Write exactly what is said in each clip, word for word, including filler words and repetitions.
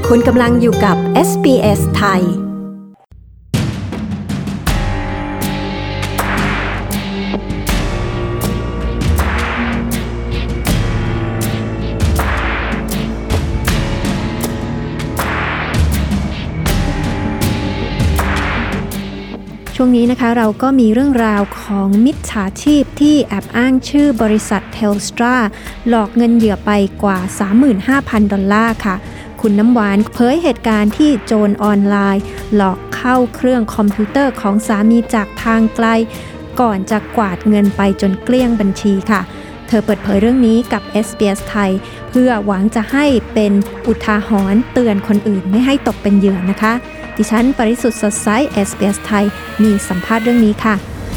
คุณกำลังอยู่กับ เอส บี เอส ไทยช่วงนี้นะคะเราก็มีเรื่องราวของมิจฉาชีพที่แอบอ้างชื่อบริษัท Telstra หลอกเงินเหยื่อไปกว่า สามหมื่นห้าพัน ดอลลาร์ค่ะคุณน้ำหวานเผยเหตุการณ์ที่โจรออนไลน์หลอกเข้าเครื่องคอมพิวเตอร์ของสามีจากทางไกลก่อนจะกวาดเงินไปจนเกลี้ยงบัญชีค่ะเธอเปิดเผยเรื่องนี้กับ เอส บี เอส ไทยเพื่อหวังจะให้เป็นอุทาหรณ์เตือนคนอื่นไม่ให้ตกเป็นเหยื่อนะคะดิฉันปริสุทธิ์สดใส เอส บี เอส ไทยมีสัมภาษณ์เรื่องนี้ค่ะ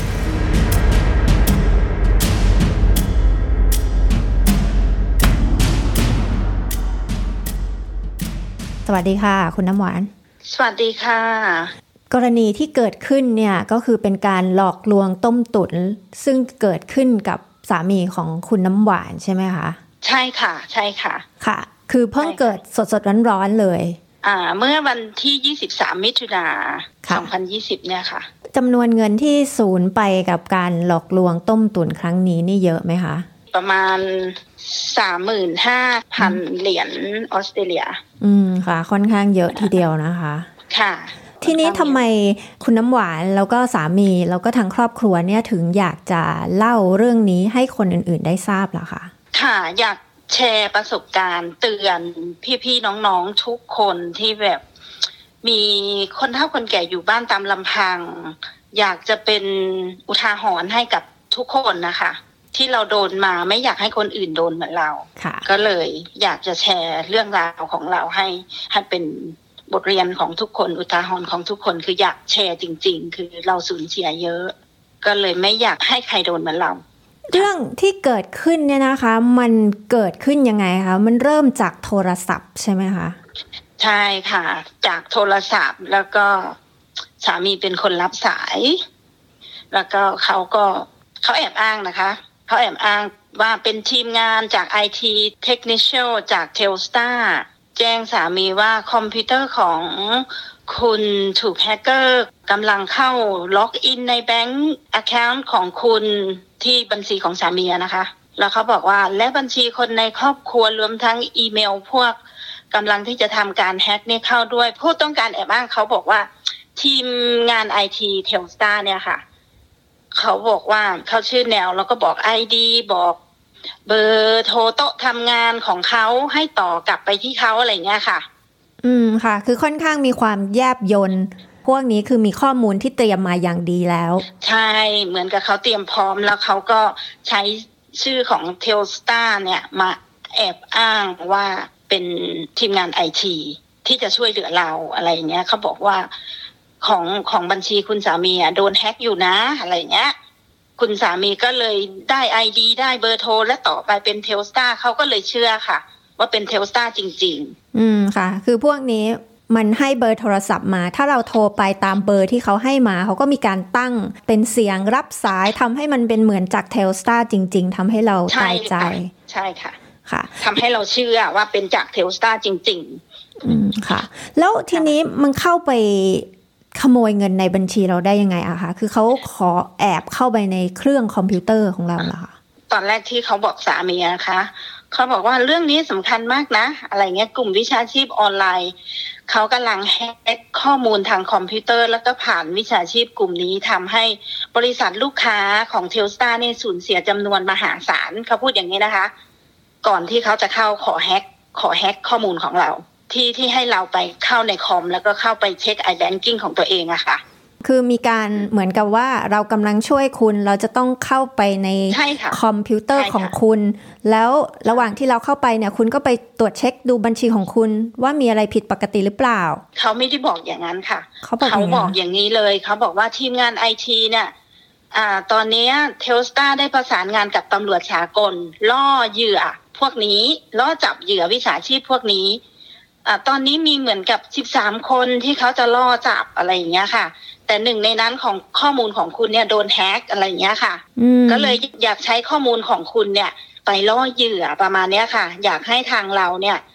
สวัสดีค่ะคุณน้ำหวานสวัสดีค่ะกรณีที่เกิดขึ้นเนี่ยก็คือเป็นการหลอกลวงต้มตุ๋นซึ่งเกิดขึ้นกับสามีของคุณน้ำหวานใช่ไหมคะใช่ค่ะใช่ค่ะค่ะคือเพิ่งเกิดสดๆร้อนๆเลยอ่าเมื่อวันที่ยี่สิบสามมิถุนายนสองพันยี่สิบเนี่ยค่ะจำนวนเงินที่สูญไปกับการหลอกลวงต้มตุ๋นครั้งนี้นี่เยอะไหมคะประมาณ สามหมื่นห้าพัน เหรียญออสเตรเลียอืมค่ะค่อนข้างเยอะทีเดียวนะคะค่ะทีนี้ทำไมคุณน้ำหวานแล้วก็สามีแล้วก็ทางครอบครัวเนี่ยถึงอยากจะเล่าเรื่องนี้ให้คนอื่นๆได้ทราบล่ะคะค่ะอยากแชร์ประสบการณ์เตือนพี่ๆน้องๆทุกคนที่แบบมีคนเฒ่าคนแก่อยู่บ้านตามลำพังอยากจะเป็นอุทาหรณ์ให้กับทุกคนนะคะที่เราโดนมาไม่อยากให้คนอื่นโดนเหมือนเราก็เลยอยากจะแชร์เรื่องราวของเราให้ให้เป็นบทเรียนของทุกคนอุทาหรณ์ของทุกคนคืออยากแชร์จริงๆคือเราสูญเสียเยอะก็เลยไม่อยากให้ใครโดนเหมือนเราเรื่องที่เกิดขึ้นเนี่ยนะคะมันเกิดขึ้นยังไงคะมันเริ่มจากโทรศัพท์ใช่ไหมคะใช่ค่ะจากโทรศัพท์แล้วก็สามีเป็นคนรับสายแล้วก็เขาก็เขาแอบอ้างนะคะเขาแอบอ้างว่าเป็นทีมงานจาก ไอ ที Technician จาก Telstra แจ้งสามีว่าคอมพิวเตอร์ของคุณถูกแฮกเกอร์กำลังเข้าล็อกอินในแบงก์ account ของคุณที่บัญชีของสามีนะคะแล้วเขาบอกว่าและบัญชีคนในครอบครัวรวมทั้งอีเมลพวกกำลังที่จะทำการแฮกเนี่ยเข้าด้วยผู้ต้องการแอบอ้างเขาบอกว่าทีมงาน ไอ ที Telstra เนี่ยค่ะเขาบอกว่าเขาชื่อแนวแล้วก็บอก ไอ ดี บอกเบอร์โทรโต๊ะทำงานของเขาให้ต่อกลับไปที่เขาอะไรเงี้ยค่ะอืมค่ะคือค่อนข้างมีความแยบยลพวกนี้คือมีข้อมูลที่เตรียมมาอย่างดีแล้วใช่เหมือนกับเขาเตรียมพร้อมแล้วเขาก็ใช้ชื่อของ Telstra เนี่ยมาแอบอ้างว่าเป็นทีมงาน ไอ ที ที่จะช่วยเหลือเราอะไรเงี้ยเขาบอกว่าของของบัญชีคุณสามีอ่ะโดนแฮกอยู่นะอะไรเงี้ยคุณสามีก็เลยได้ ไอ ดี ได้เบอร์โทรและต่อไปเป็น Telstra เขาก็เลยเชื่อค่ะว่าเป็น Telstra จริงๆอืมค่ะคือพวกนี้มันให้เบอร์โทรศัพท์มาถ้าเราโทรไปตามเบอร์ที่เขาให้มาเขาก็มีการตั้งเป็นเสียงรับสายทำให้มันเป็นเหมือนจาก Telstra จริงๆทำให้เราตายใจใช่ค่ะค่ะทำให้เราเชื่อว่าเป็นจาก Telstra จริงๆอืมค่ะแล้วทีนี้มันเข้าไปขโมยเงินในบัญชีเราได้ยังไงอะคะคือเขาขอแอบเข้าไปในเครื่องคอมพิวเตอร์ของเราเหรอคะตอนแรกที่เขาบอกสามีนะคะเขาบอกว่าเรื่องนี้สำคัญมากนะอะไรเงี้ยกลุ่มวิชาชีพออนไลน์เขากำลังแฮกข้อมูลทางคอมพิวเตอร์แล้วก็ผ่านวิชาชีพกลุ่มนี้ทำให้บริษัทลูกค้าของ Telstra เนี่ยสูญเสียจำนวนมหาศาลเขาพูดอย่างนี้นะคะก่อนที่เขาจะเข้าขอแฮกขอแฮกข้อมูลของเราที่ที่ให้เราไปเข้าในคอมแล้วก็เข้าไปเช็ค iBanking ของตัวเองอะค่ะคือมีการเหมือนกับว่าเรากำลังช่วยคุณเราจะต้องเข้าไปในคอมพิวเตอร์ของคุณแล้วระหว่างที่เราเข้าไปเนี่ยคุณก็ไปตรวจเช็คดูบัญชีของคุณว่ามีอะไรผิดปกติหรือเปล่าเขาไม่ได้บอกอย่างนั้นค่ะเขาบอกเขาบอกอย่างนี้เลยเขาบอกว่าทีมงาน ไอ ที เนี่ยอ่าตอนนี้ Telstra ได้ประสานงานกับตำรวจสากลล่อเหยื่อพวกนี้ล่อจับเหยื่อวิชาชีพพวกนี้อ่าตอนนี้มีเหมือนกับสิบสามคนที่เขาจะล่อจับอะไรอย่างเงี้ยค่ะแต่หนึ่งในนั้นของข้อมูลของคุณเนี่ยโดนแฮกอะไรอย่างเงี้ยค่ะก็เลยอยากใช้ข้อมูลของคุณเนี่ยไปล่อเหยื่อประมาณเนี้ยค่ะอยากให้ทางเราเนี่ย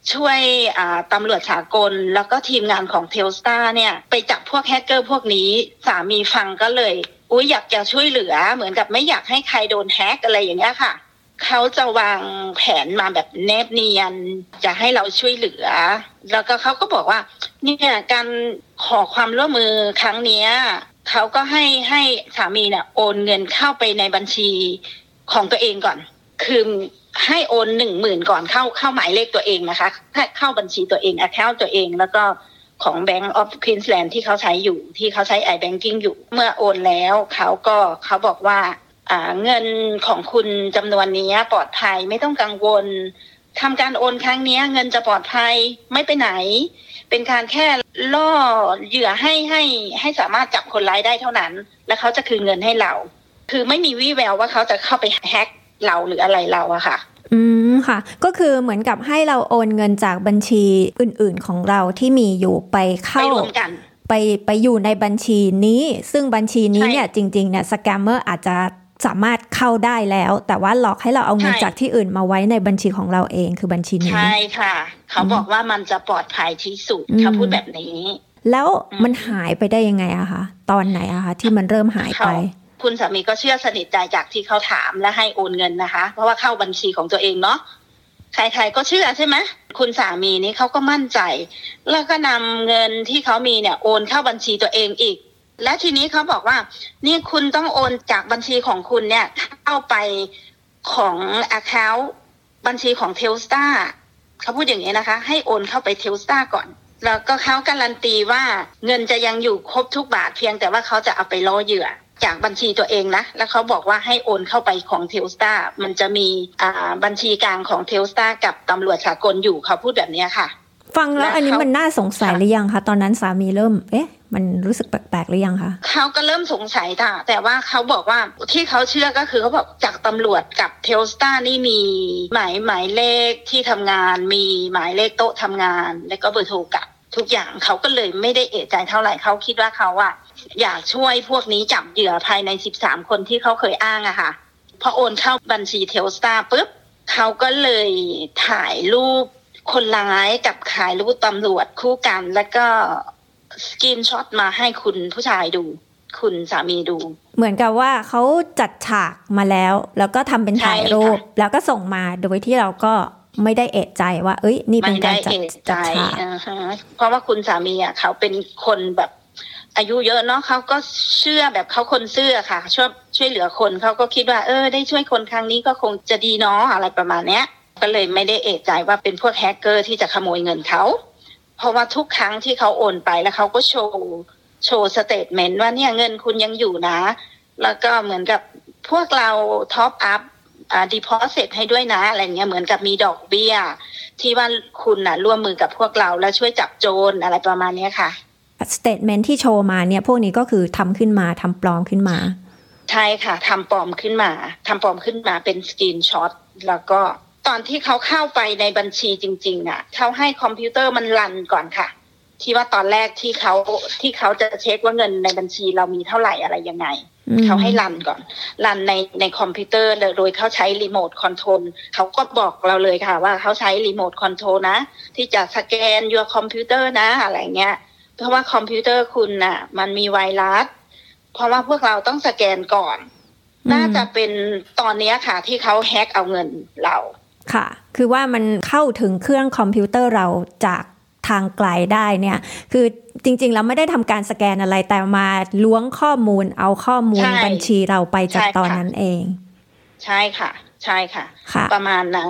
ช่วยตำรวจสากลแล้วก็ทีมงานของ Telstar เนี่ยไปจับพวกแฮกเกอร์พวกนี้สามีฟังก็เลยอุ๊ยอยากจะช่วยเหลือเหมือนกับไม่อยากให้ใครโดนแฮกอะไรอย่างเงี้ยค่ะเขาจะวางแผนมาแบบแนบเนียนจะให้เราช่วยเหลือแล้วก็เขาก็บอกว่าเนี่ยการขอความร่วมมือครั้งนี้เขาก็ให้ให้สามีเนี่ยโอนเงินเข้าไปในบัญชีของตัวเองก่อนคือให้โอนหนึ่งหมื่นก่อนเข้าเข้าหมายเลขตัวเองนะคะเข้าบัญชีตัวเอง account ตัวเองแล้วก็ของ Bank of Queensland ที่เขาใช้อยู่ที่เขาใช้ iBanking อยู่เมื่อโอนแล้วเขาก็เขาบอกว่าอ่าเงินของคุณจำนวนนี้ปลอดภัยไม่ต้องกังวลทำการโอนครั้งนี้เงินจะปลอดภัยไม่ไปไหนเป็นการแค่ล่อเหยื่อให้ให้ให้สามารถจับคนร้ายได้เท่านั้นแล้วเขาจะคืนเงินให้เราคือไม่มีวี่แววว่าเขาจะเข้าไปแฮกเราหรืออะไรเราอะค่ะอืมค่ะก็คือเหมือนกับให้เราโอนเงินจากบัญชีอื่นๆของเราที่มีอยู่ไปเข้าไปรวมกันไปไปอยู่ในบัญชีนี้ซึ่งบัญชีนี้เนี่ยจริงๆเนี่ยสแกมเมอร์อาจจะสามารถเข้าได้แล้วแต่ว่าหลอกให้เราเอาเงินจากที่อื่นมาไว้ในบัญชีของเราเองคือบัญชีนี้ใช่ค่ะเขาบอกว่ามันจะปลอดภัยที่สุดเขาพูดแบบนี้แล้วมันหายไปได้ยังไงอะคะตอนไหนอะคะที่มันเริ่มหายไปคุณสามีก็เชื่อสนิทใจจากที่เขาถามและให้โอนเงินนะคะเพราะว่าเข้าบัญชีของตัวเองเนาะใครๆก็เชื่อใช่ไหมคุณสามีนี้เขาก็มั่นใจแล้วก็นำเงินที่เขามีเนี่ยโอนเข้าบัญชีตัวเองอีกและทีนี้เขาบอกว่านี่คุณต้องโอนจากบัญชีของคุณเนี่ยเข้าไปของ account บัญชีของ Telstar เขาพูดอย่างนี้นะคะให้โอนเข้าไป Telstar ก่อนแล้วก็เขาการันตีว่าเงินจะยังอยู่ครบทุกบาทเพียงแต่ว่าเขาจะเอาไปล่อเหยื่อจากบัญชีตัวเองนะแล้วเขาบอกว่าให้โอนเข้าไปของ Telstar มันจะมีอ่าบัญชีกลางของ Telstar กับตำรวจสากลอยู่เขาพูดแบบนี้ค่ะฟังแล้วอันนี้มันน่าสงสัยหรือยังคะตอนนั้นสามีเริ่มเอ๊ะมันรู้สึกแปลกๆหรือยังคะเขาก็เริ่มสงสัยค่ะแต่ว่าเขาบอกว่าที่เขาเชื่อก็คือเขาบอกจากตำรวจกับ Telstar นี่มีหมายหมายเลขที่ทำงานมีหมายเลขโต๊ะทำงานแล้วก็เบอร์โทรกลับทุกอย่างเขาก็เลยไม่ได้เอะใจเท่าไหร่เขาคิดว่าเขาอะอยากช่วยพวกนี้จับเหยื่อภายในสิบสามคนที่เขาเคยอ้างอะค่ะพอโอนเข้าบัญชี Telstar ปุ๊บเขาก็เลยถ่ายรูปคนร้ายกับถ่ายรูปตำรวจคู่กันแล้วก็สกรีนช็อตมาให้คุณผู้ชายดูคุณสามีดูเหมือนกับว่าเขาจัดฉากมาแล้วแล้วก็ทำเป็นถ่ายรูปแล้วก็ส่งมาโดยที่เราก็ไม่ได้เอะใจว่าเอ้ยนี่เป็นการจัดจัดฉากเพราะว่าคุณสามีอ่ะเขาเป็นคนแบบอายุเยอะเนาะเขาก็เชื่อแบบเขาคนเชื่อค่ะชอบช่วยเหลือคนเขาก็คิดว่าเออได้ช่วยคนครั้งนี้ก็คงจะดีเนาะอะไรประมาณเนี้ยก็เลยไม่ได้เอะใจว่าเป็นพวกแฮกเกอร์ที่จะขโมยเงินเขาเพราะว่าทุกครั้งที่เขาโอนไปแล้วเขาก็โชว์โชว์สเตทเมนต์ว่าเนี่ยเงินคุณยังอยู่นะแล้วก็เหมือนกับพวกเราท็อปอัพอ่า deposit ให้ด้วยนะอะไรเงี้ยเหมือนกับมีดอกเบี้ยที่ว่าคุณน่ะร่วมมือกับพวกเราแล้วช่วยจับโจรอะไรประมาณนี้ค่ะสเตทเมนต์ที่โชว์มาเนี่ยพวกนี้ก็คือทำขึ้นมาทำปลอมขึ้นมาใช่ค่ะทำปลอมขึ้นมาทำปลอมขึ้นมาเป็นสกรีนช็อตแล้วก็ตอนที่เขาเข้าไปในบัญชีจริงๆอ่ะเขาให้คอมพิวเตอร์มันรันก่อนค่ะที่ว่าตอนแรกที่เขาที่เขาจะเช็คว่าเงินในบัญชีเรามีเท่าไหร่อะไรยังไงเขาให้รันก่อนรันในในคอมพิวเตอร์โดยเขาใช้รีโมทคอนโทรลเขาก็บอกเราเลยค่ะว่าเขาใช้รีโมทคอนโทรลนะที่จะสแกน your คอมพิวเตอร์นะอะไรเงี้ยเพราะว่าคอมพิวเตอร์คุณน่ะมันมีไวรัสเพราะว่าพวกเราต้องสแกนก่อนน่าจะเป็นตอนนี้ค่ะที่เขาแฮกเอาเงินเราค่ะคือว่ามันเข้าถึงเครื่องคอมพิวเตอร์เราจากทางไกลได้เนี่ยคือจริงๆแล้วไม่ได้ทำการสแกนอะไรแต่มาล้วงข้อมูลเอาข้อมูลบัญชีเราไปจากตอนนั้นเองใช่ค่ะใช่ค่ะประมาณนั้น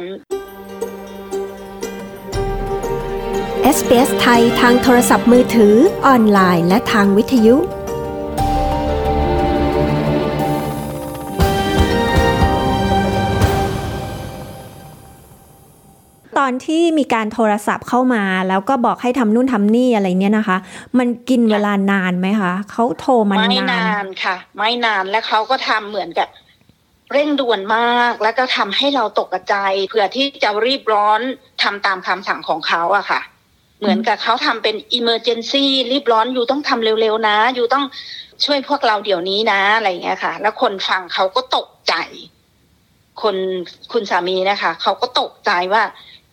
เอส บี เอส ไทยทางโทรศัพท์มือถือออนไลน์และทางวิทยุตอนที่มีการโทรศัพท์เข้ามาแล้วก็บอกให้ทำนู่นทำนี่อะไรเนี่ยนะคะมันกินเวลานานไหมคะเขาโทรมานานไม่นานค่ะไม่นานแล้วเขาก็ทำเหมือนกับเร่งด่วนมากแล้วก็ทำให้เราตกใจเพื่อที่จะรีบร้อนทำตามคำสั่งของเขาอะค่ะเหมือนกับเขาทำเป็น emergency รีบร้อนอยู่ต้องทำเร็วๆนะอยู่ต้องช่วยพวกเราเดี๋ยวนี้นะอะไรอย่างเงี้ยค่ะแล้วคนฟังเขาก็ตกใจคนคุณสามีนะคะเขาก็ตกใจว่า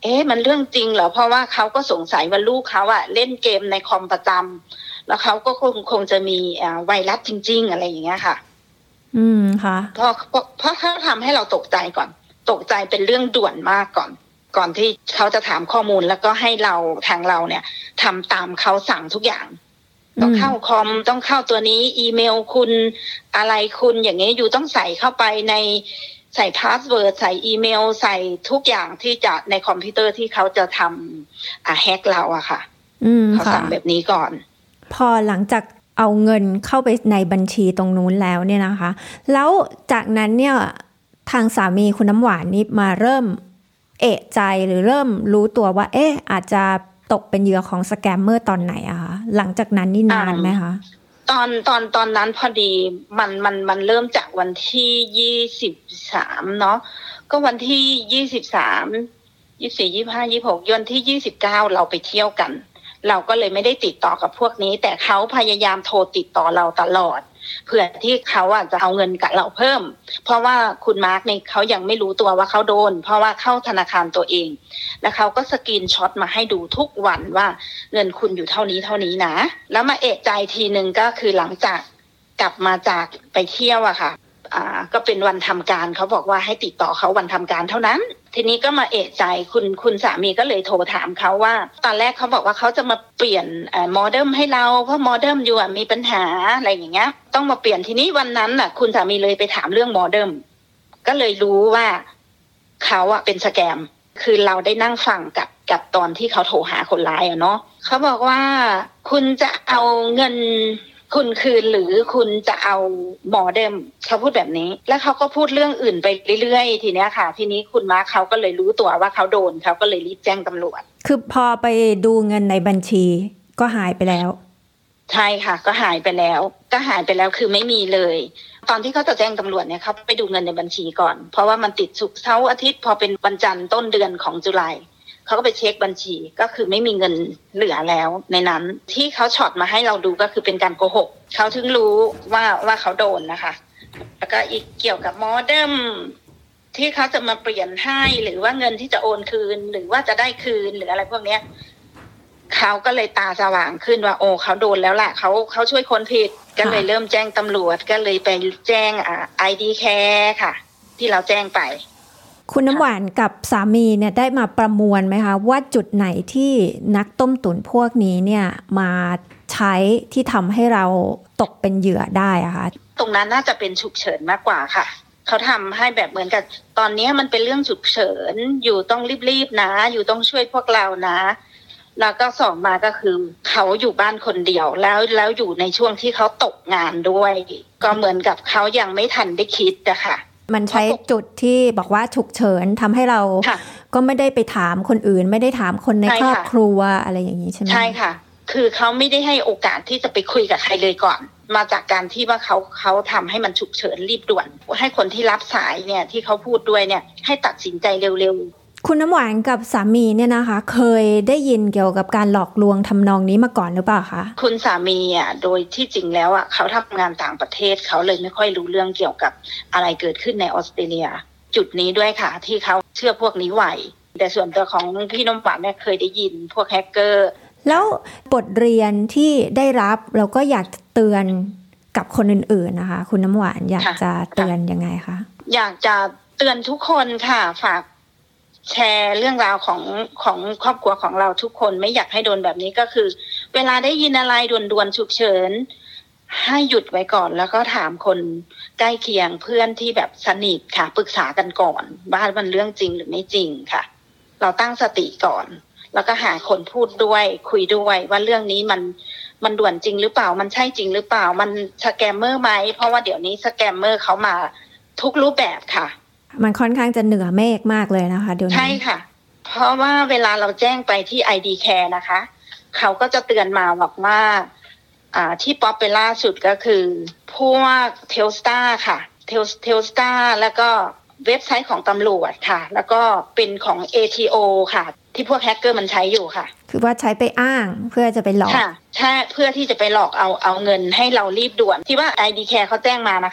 เอ๊ะมันเรื่องจริงเหรอเพราะว่าเขาก็สงสัยว่าลูกเขาอะเล่นเกมในคอมประจำแล้วเขาก็คงคงจะมีอ่าไวรัสจริงๆอะไรอย่างเงี้ยค่ะอืมค่ะเพราะเพราะเพราะเขาทำให้เราตกใจก่อนตกใจเป็นเรื่องด่วนมากก่อนก่อนที่เขาจะถามข้อมูลแล้วก็ให้เราทางเราเนี่ยทำตามเขาสั่งทุกอย่างต้องเข้าคอมต้องเข้าตัวนี้อีเมลคุณอะไรคุณอย่างนี้อยู่ต้องใส่เข้าไปในใส่พาสเวิร์ดใส่อีเมลใส่ทุกอย่างที่จะในคอมพิวเตอร์ที่เขาจะทำอ่าแฮกเราอะค่ะเขาสั่งแบบนี้ก่อนพอหลังจากเอาเงินเข้าไปในบัญชีตรงนู้นแล้วเนี่ยนะคะแล้วจากนั้นเนี่ยทางสามีคุณน้ำหวานนี่มาเริ่มเอะใจหรือเริ่มรู้ตัวว่าเอ๊ะอาจจะตกเป็นเหยื่อของสแกมเมอร์ตอนไหนอะคะหลังจากนั้นนี่นานไหมคะตอนตอนตอนนั้นพอดีมันมันมันเริ่มจากวันที่ยี่สิบสามเนาะก็วันที่ยี่สิบสาม ยี่สิบสี่ ยี่สิบห้า ยี่สิบหกวันที่ยี่สิบเก้าเราไปเที่ยวกันเราก็เลยไม่ได้ติดต่อกับพวกนี้แต่เขาพยายามโทรติดต่อเราตลอดเพื่อที่เขาอ่ะจะเอาเงินกับเราเพิ่มเพราะว่าคุณมาร์คเนี่ยเขายังไม่รู้ตัวว่าเขาโดนเพราะว่าเข้าธนาคารตัวเองแล้วเขาก็สกรีนช็อตมาให้ดูทุกวันว่าเงินคุณอยู่เท่านี้เท่านี้นะแล้วมาเอะใจทีนึงก็คือหลังจากกลับมาจากไปเที่ยวอะค่ะอ่าก็เป็นวันทำการเขาบอกว่าให้ติดต่อเขาวันทำการเท่านั้นทีนี้ก็มาเอะใจคุณคุณสามีก็เลยโทรถามเขาว่าตอนแรกเขาบอกว่าเขาจะมาเปลี่ยนเอ่อโมเด็มให้เราเพราะโมเด็มอยู่อ่ะมีปัญหาอะไรอย่างเงี้ยต้องมาเปลี่ยนทีนี้วันนั้นน่ะคุณสามีเลยไปถามเรื่องโมเด็มก็เลยรู้ว่าเขาอ่ะเป็นสแกมคือเราได้นั่งฟังกับกับตอนที่เขาโทรหาคนร้ายอ่ะเนาะเขาบอกว่าคุณจะเอาเงินคุณคืนหรือคุณจะเอาโมเด็มเขาพูดแบบนี้แล้วเขาก็พูดเรื่องอื่นไปเรื่อยๆทีเนี้ยค่ะทีนี้คุณมาร์คเขาก็เลยรู้ตัวว่าเขาโดนเขาก็เลยรีบแจ้งตำรวจคือพอไปดูเงินในบัญชีก็หายไปแล้วใช่ค่ะก็หายไปแล้วก็หายไปแล้วคือไม่มีเลยตอนที่เขาจะแจ้งตำรวจเนี่ยเขาไปดูเงินในบัญชีก่อนเพราะว่ามันติดศุกร์เสาร์อาทิตย์พอเป็นวันจันทร์ต้นเดือนของตุลาเขาก็ไปเช็คบัญชีก็คือไม่มีเงินเหลือแล้วในนั้นที่เขาช็อตมาให้เราดูก็คือเป็นการโกหกเขาถึงรู้ว่าว่าเขาโดนนะคะแล้วก็อีกเกี่ยวกับโมเด็มที่เขาจะมาเปลี่ยนให้หรือว่าเงินที่จะโอนคืนหรือว่าจะได้คืนหรืออะไรพวกเนี้ยเขาก็เลยตาสว่างขึ้นว่าโอ้เขาโดนแล้วแหละเขาเขาช่วยคนผิดก็เลยเริ่มแจ้งตำรวจก็เลยไปแจ้งอ่า ไอ ดี Care ค่ะที่เราแจ้งไปคุณน้ำหวานกับสามีเนี่ยได้มาประมวลไหมคะว่าจุดไหนที่นักต้มตุ๋นพวกนี้เนี่ยมาใช้ที่ทำให้เราตกเป็นเหยื่อได้อะคะตรงนั้นน่าจะเป็นฉุกเฉินมากกว่าค่ะเขาทำให้แบบเหมือนกับตอนนี้มันเป็นเรื่องฉุกเฉินอยู่ต้องรีบๆนะอยู่ต้องช่วยพวกเรานะแล้วก็สองมาก็คือเขาอยู่บ้านคนเดียวแล้วแล้วอยู่ในช่วงที่เขาตกงานด้วยก็เหมือนกับเขายังไม่ทันได้คิดอะค่ะมันใช้จุดที่บอกว่าฉุกเฉินทำให้เราก็ไม่ได้ไปถามคนอื่นไม่ได้ถามคนในครอบครัวอะไรอย่างนี้ใช่ไหมใช่ค่ะคือเขาไม่ได้ให้โอกาสที่จะไปคุยกับใครเลยก่อนมาจากการที่ว่าเขาเขาทำให้มันฉุกเฉินรีบด่วนให้คนที่รับสายเนี่ยที่เขาพูดด้วยเนี่ยให้ตัดสินใจเร็วๆคุณน้ำหวานกับสามีเนี่ยนะคะเคยได้ยินเกี่ยวกับการหลอกลวงทำนองนี้มาก่อนหรือเปล่าคะคุณสามีอ่ะโดยที่จริงแล้วอ่ะเขาทำงานต่างประเทศเขาเลยไม่ค่อยรู้เรื่องเกี่ยวกับอะไรเกิดขึ้นในออสเตรเลียจุดนี้ด้วยค่ะที่เขาเชื่อพวกนี้ไหวแต่ส่วนตัวของพี่น้ำหวานเนี่ยเคยได้ยินพวกแฮกเกอร์แล้วบทเรียนที่ได้รับเราก็อยากเตือนกับคนอื่นๆนะคะคุณน้ำหวานอยากจะเตือนยังไงคะอยากจะเตือนทุกคนค่ะฝากแชร์เรื่องราวของของครอบครัวของเราทุกคนไม่อยากให้โดนแบบนี้ก็คือเวลาได้ยินอะไรด่วนๆฉุกเฉินให้หยุดไว้ก่อนแล้วก็ถามคนใกล้เคียงเพื่อนที่แบบสนิทค่ะปรึกษากันก่อนว่ามันเรื่องจริงหรือไม่จริงค่ะเราตั้งสติก่อนแล้วก็หาคนพูดด้วยคุยด้วยว่าเรื่องนี้มันมันด่วนจริงหรือเปล่ามันใช่จริงหรือเปล่ามันสแกมเมอร์ไหมเพราะว่าเดี๋ยวนี้สแกมเมอร์เขามาทุกรูปแบบค่ะมันค่อนข้างจะเหนือเมฆมากเลยนะคะเดี๋ยวนี้ใช่ค่ะเพราะว่าเวลาเราแจ้งไปที่ ไอ ดี Care นะคะเขาก็จะเตือนมาบอกว่าอ่าที่ป๊อปไปล่าสุดก็คือพวก Telstar ค่ะ Telstar แล้วก็เว็บไซต์ของตำรวจค่ะแล้วก็เป็นของ เอ ที โอ ค่ะที่พวกแฮกเกอร์มันใช้อยู่ค่ะคือว่าใช้ไปอ้างเพื่อจะไปหลอกค่ะใช่เพื่อที่จะไปหลอกเอาเอาเงินให้เรารีบด่วนที่ว่า ไอ ดี Care เขาแจ้งมานะคะ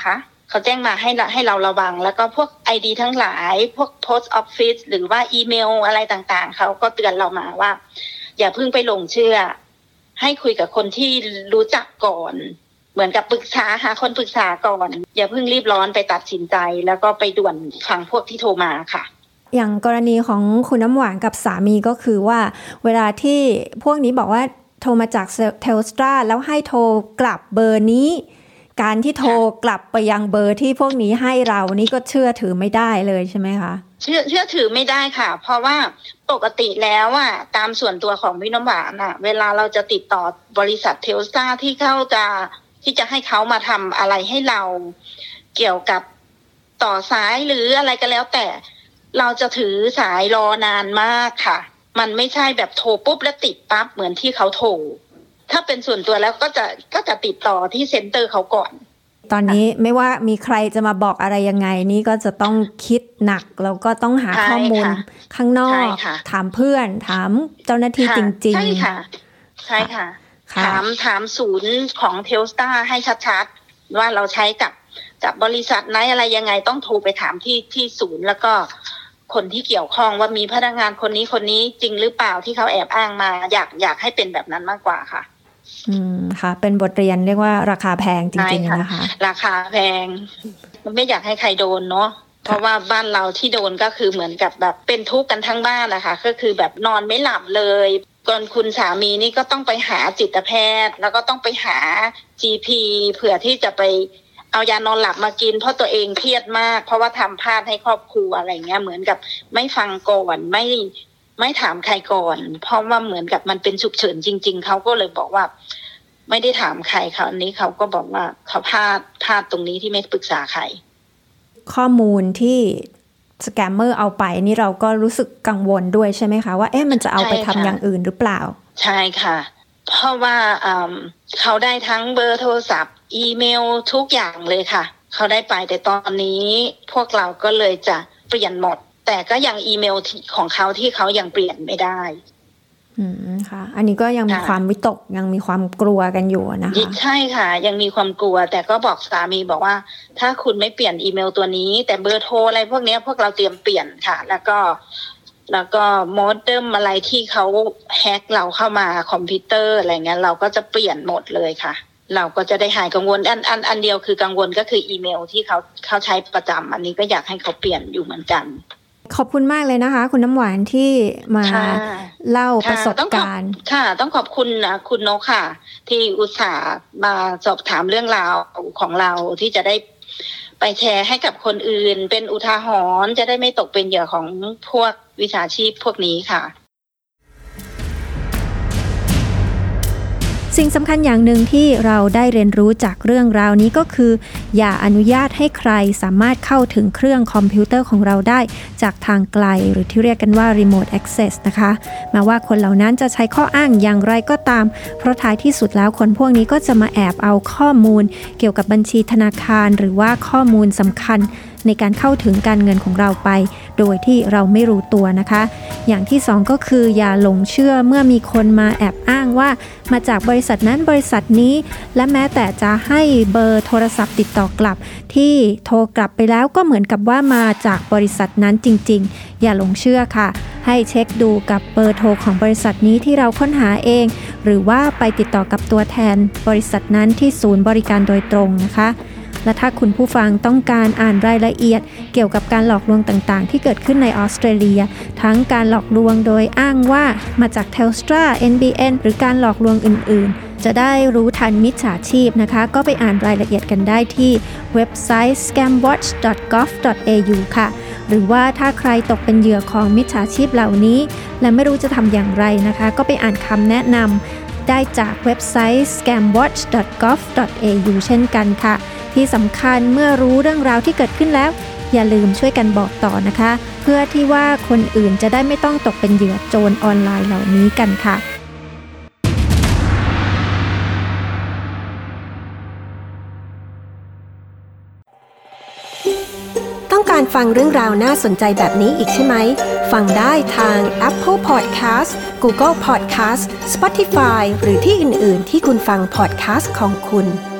เขาแจ้งมาให้เราให้เราระวังแล้วก็พวก ไอ ดี ทั้งหลายพวก post office หรือว่าอีเมลอะไรต่างๆเขาก็เตือนเรามาว่าอย่าเพิ่งไปหลงเชื่อให้คุยกับคนที่รู้จักก่อนเหมือนกับปรึกษาหาคนปรึกษาก่อนอย่าเพิ่งรีบร้อนไปตัดสินใจแล้วก็ไปด่วนฟังพวกที่โทรมาค่ะอย่างกรณีของคุณน้ำหวานกับสามีก็คือว่าเวลาที่พวกนี้บอกว่าโทรมาจาก Telstra แล้วให้โทรกลับเบอร์นี้การที่โทรกลับไปยังเบอร์ที่พวกนี้ให้เรานี่ก็เชื่อถือไม่ได้เลยใช่ไหมคะเชื่อเชื่อถือไม่ได้ค่ะเพราะว่าปกติแล้วอ่ะตามส่วนตัวของพี่น้ำหวานอ่ะเวลาเราจะติดต่อบริษัท Telstra ที่เขาจะที่จะให้เขามาทำอะไรให้เราเกี่ยวกับต่อสายหรืออะไรก็แล้วแต่เราจะถือสายรอนานมากค่ะมันไม่ใช่แบบโทรปุ๊บแล้วติดปั๊บเหมือนที่เขาโทรถ้าเป็นส่วนตัวแล้วก็จะก็จะติดต่อที่เซ็นเตอร์เขาก่อนตอนนี้ไม่ว่ามีใครจะมาบอกอะไรยังไงนี่ก็จะต้องคิดหนักแล้วก็ต้องหาข้อมูลข้างนอกถามเพื่อนถามเจ้าหน้าที่จริงๆใช่ค่ะใช่ค่ะถามถามศูนย์ของ Telstra ให้ชัดๆว่าเราใช้กับกับบริษัทไหนอะไรยังไงต้องโทรไปถามที่ที่ศูนย์แล้วก็คนที่เกี่ยวข้องว่ามีพนักงานคนนี้คนนี้จริงหรือเปล่าที่เขาแอบอ้างมาอยากอยากให้เป็นแบบนั้นมากกว่าค่ะอืมค่ะเป็นบทเรียนเรียกว่าราคาแพงจริงๆนะคะราคาแพงไม่อยากให้ใครโดนเนาะเพราะว่าบ้านเราที่โดนก็คือเหมือนกับแบบเป็นทุกข์กันทั้งบ้านนะคะก็คือแบบนอนไม่หลับเลยก่อนคุณสามีนี่ก็ต้องไปหาจิตแพทย์แล้วก็ต้องไปหา จี พี เผื่อที่จะไปเอายานอนหลับมากินเพราะตัวเองเครียดมากเพราะว่าทำพลาดให้ครอบครัวอะไรเงี้ยเหมือนกับไม่ฟังก่อนไม่ไม่ถามใครก่อนเพราะว่าเหมือนกับมันเป็นฉุกเฉินจริงๆเขาก็เลยบอกว่าไม่ได้ถามใครเขาอันนี้เขาก็บอกว่าเขาพลาดพลาดตรงนี้ที่ไม่ปรึกษาใครข้อมูลที่สแกมเมอร์เอาไปนี่เราก็รู้สึกกังวลด้วยใช่ไหมคะว่าเอ๊ะมันจะเอาไปทำอย่างอื่นหรือเปล่าใช่ค่ะเพราะว่าเขาได้ทั้งเบอร์โทรศัพท์อีเมลทุกอย่างเลยค่ะเขาได้ไปแต่ตอนนี้พวกเราก็เลยจะเปลี่ยนหมดแต่ก็ยังอีเมลของเขาที่เขายังเปลี่ยนไม่ได้อืมค่ะอันนี้ก็ยังมีความวิตกยังมีความกลัวกันอยู่นะคะใช่ค่ะยังมีความกลัวแต่ก็บอกสามีบอกว่าถ้าคุณไม่เปลี่ยนอีเมลตัวนี้แต่เบอร์โทรอะไรพวกนี้พวกเราเตรียมเปลี่ยนค่ะแล้วก็แล้วก็โมเด็มอะไรที่เขาแฮกเราเข้ามาคอมพิวเตอร์อะไรเงี้ยเราก็จะเปลี่ยนหมดเลยค่ะเราก็จะได้หายกังวลอันอันอันเดียวคือกังวลก็คืออีเมลที่เขาเขาใช้ประจำอันนี้ก็อยากให้เขาเปลี่ยนอยู่เหมือนกันขอบคุณมากเลยนะคะคุณน้ำหวานที่มาเล่าประสบการณ์ค่ะต้องขอบคุณนะคุณนกค่ะที่อุตส่าห์มาสอบถามเรื่องราวของเราที่จะได้ไปแชร์ให้กับคนอื่นเป็นอุทาหรณ์จะได้ไม่ตกเป็นเหยื่อของพวกวิชาชีพพวกนี้ค่ะสิ่งสำคัญอย่างหนึ่งที่เราได้เรียนรู้จากเรื่องราวนี้ก็คืออย่าอนุญาตให้ใครสามารถเข้าถึงเครื่องคอมพิวเตอร์ของเราได้จากทางไกลหรือที่เรียกกันว่า Remote Access นะคะแม้ว่าคนเหล่านั้นจะใช้ข้ออ้างอย่างไรก็ตามเพราะท้ายที่สุดแล้วคนพวกนี้ก็จะมาแอบเอาข้อมูลเกี่ยวกับบัญชีธนาคารหรือว่าข้อมูลสำคัญในการเข้าถึงการเงินของเราไปโดยที่เราไม่รู้ตัวนะคะอย่างที่สองก็คืออย่าหลงเชื่อเมื่อมีคนมาแอบอ้างว่ามาจากบริษัทนั้นบริษัทนี้และแม้แต่จะให้เบอร์โทรศัพท์ติดต่อกลับที่โทรกลับไปแล้วก็เหมือนกับว่ามาจากบริษัทนั้นจริงๆอย่าหลงเชื่อค่ะให้เช็คดูกับเบอร์โทรของบริษัทนี้ที่เราค้นหาเองหรือว่าไปติดต่อกับตัวแทนบริษัทนั้นที่ศูนย์บริการโดยตรงนะคะและถ้าคุณผู้ฟังต้องการอ่านรายละเอียดเกี่ยวกับการหลอกลวงต่างๆที่เกิดขึ้นในออสเตรเลียทั้งการหลอกลวงโดยอ้างว่ามาจาก Telstra เอ็น บี เอ็น หรือการหลอกลวงอื่นๆจะได้รู้ทันมิจฉาชีพนะคะก็ไปอ่านรายละเอียดกันได้ที่เว็บไซต์ สแกมวอช ดอท กอฟ ดอท เอ ยู ค่ะหรือว่าถ้าใครตกเป็นเหยื่อของมิจฉาชีพเหล่านี้และไม่รู้จะทำอย่างไรนะคะก็ไปอ่านคำแนะนำได้จากเว็บไซต์ สแกมวอช ดอท กอฟ ดอท เอ ยู เช่นกันค่ะที่สำคัญเมื่อรู้เรื่องราวที่เกิดขึ้นแล้วอย่าลืมช่วยกันบอกต่อนะคะเพื่อที่ว่าคนอื่นจะได้ไม่ต้องตกเป็นเหยื่อโจรออนไลน์เหล่านี้กันค่ะต้องการฟังเรื่องราวน่าสนใจแบบนี้อีกใช่ไหมฟังได้ทาง Apple Podcast Google Podcast Spotify หรือที่อื่นๆที่คุณฟัง podcast ของคุณ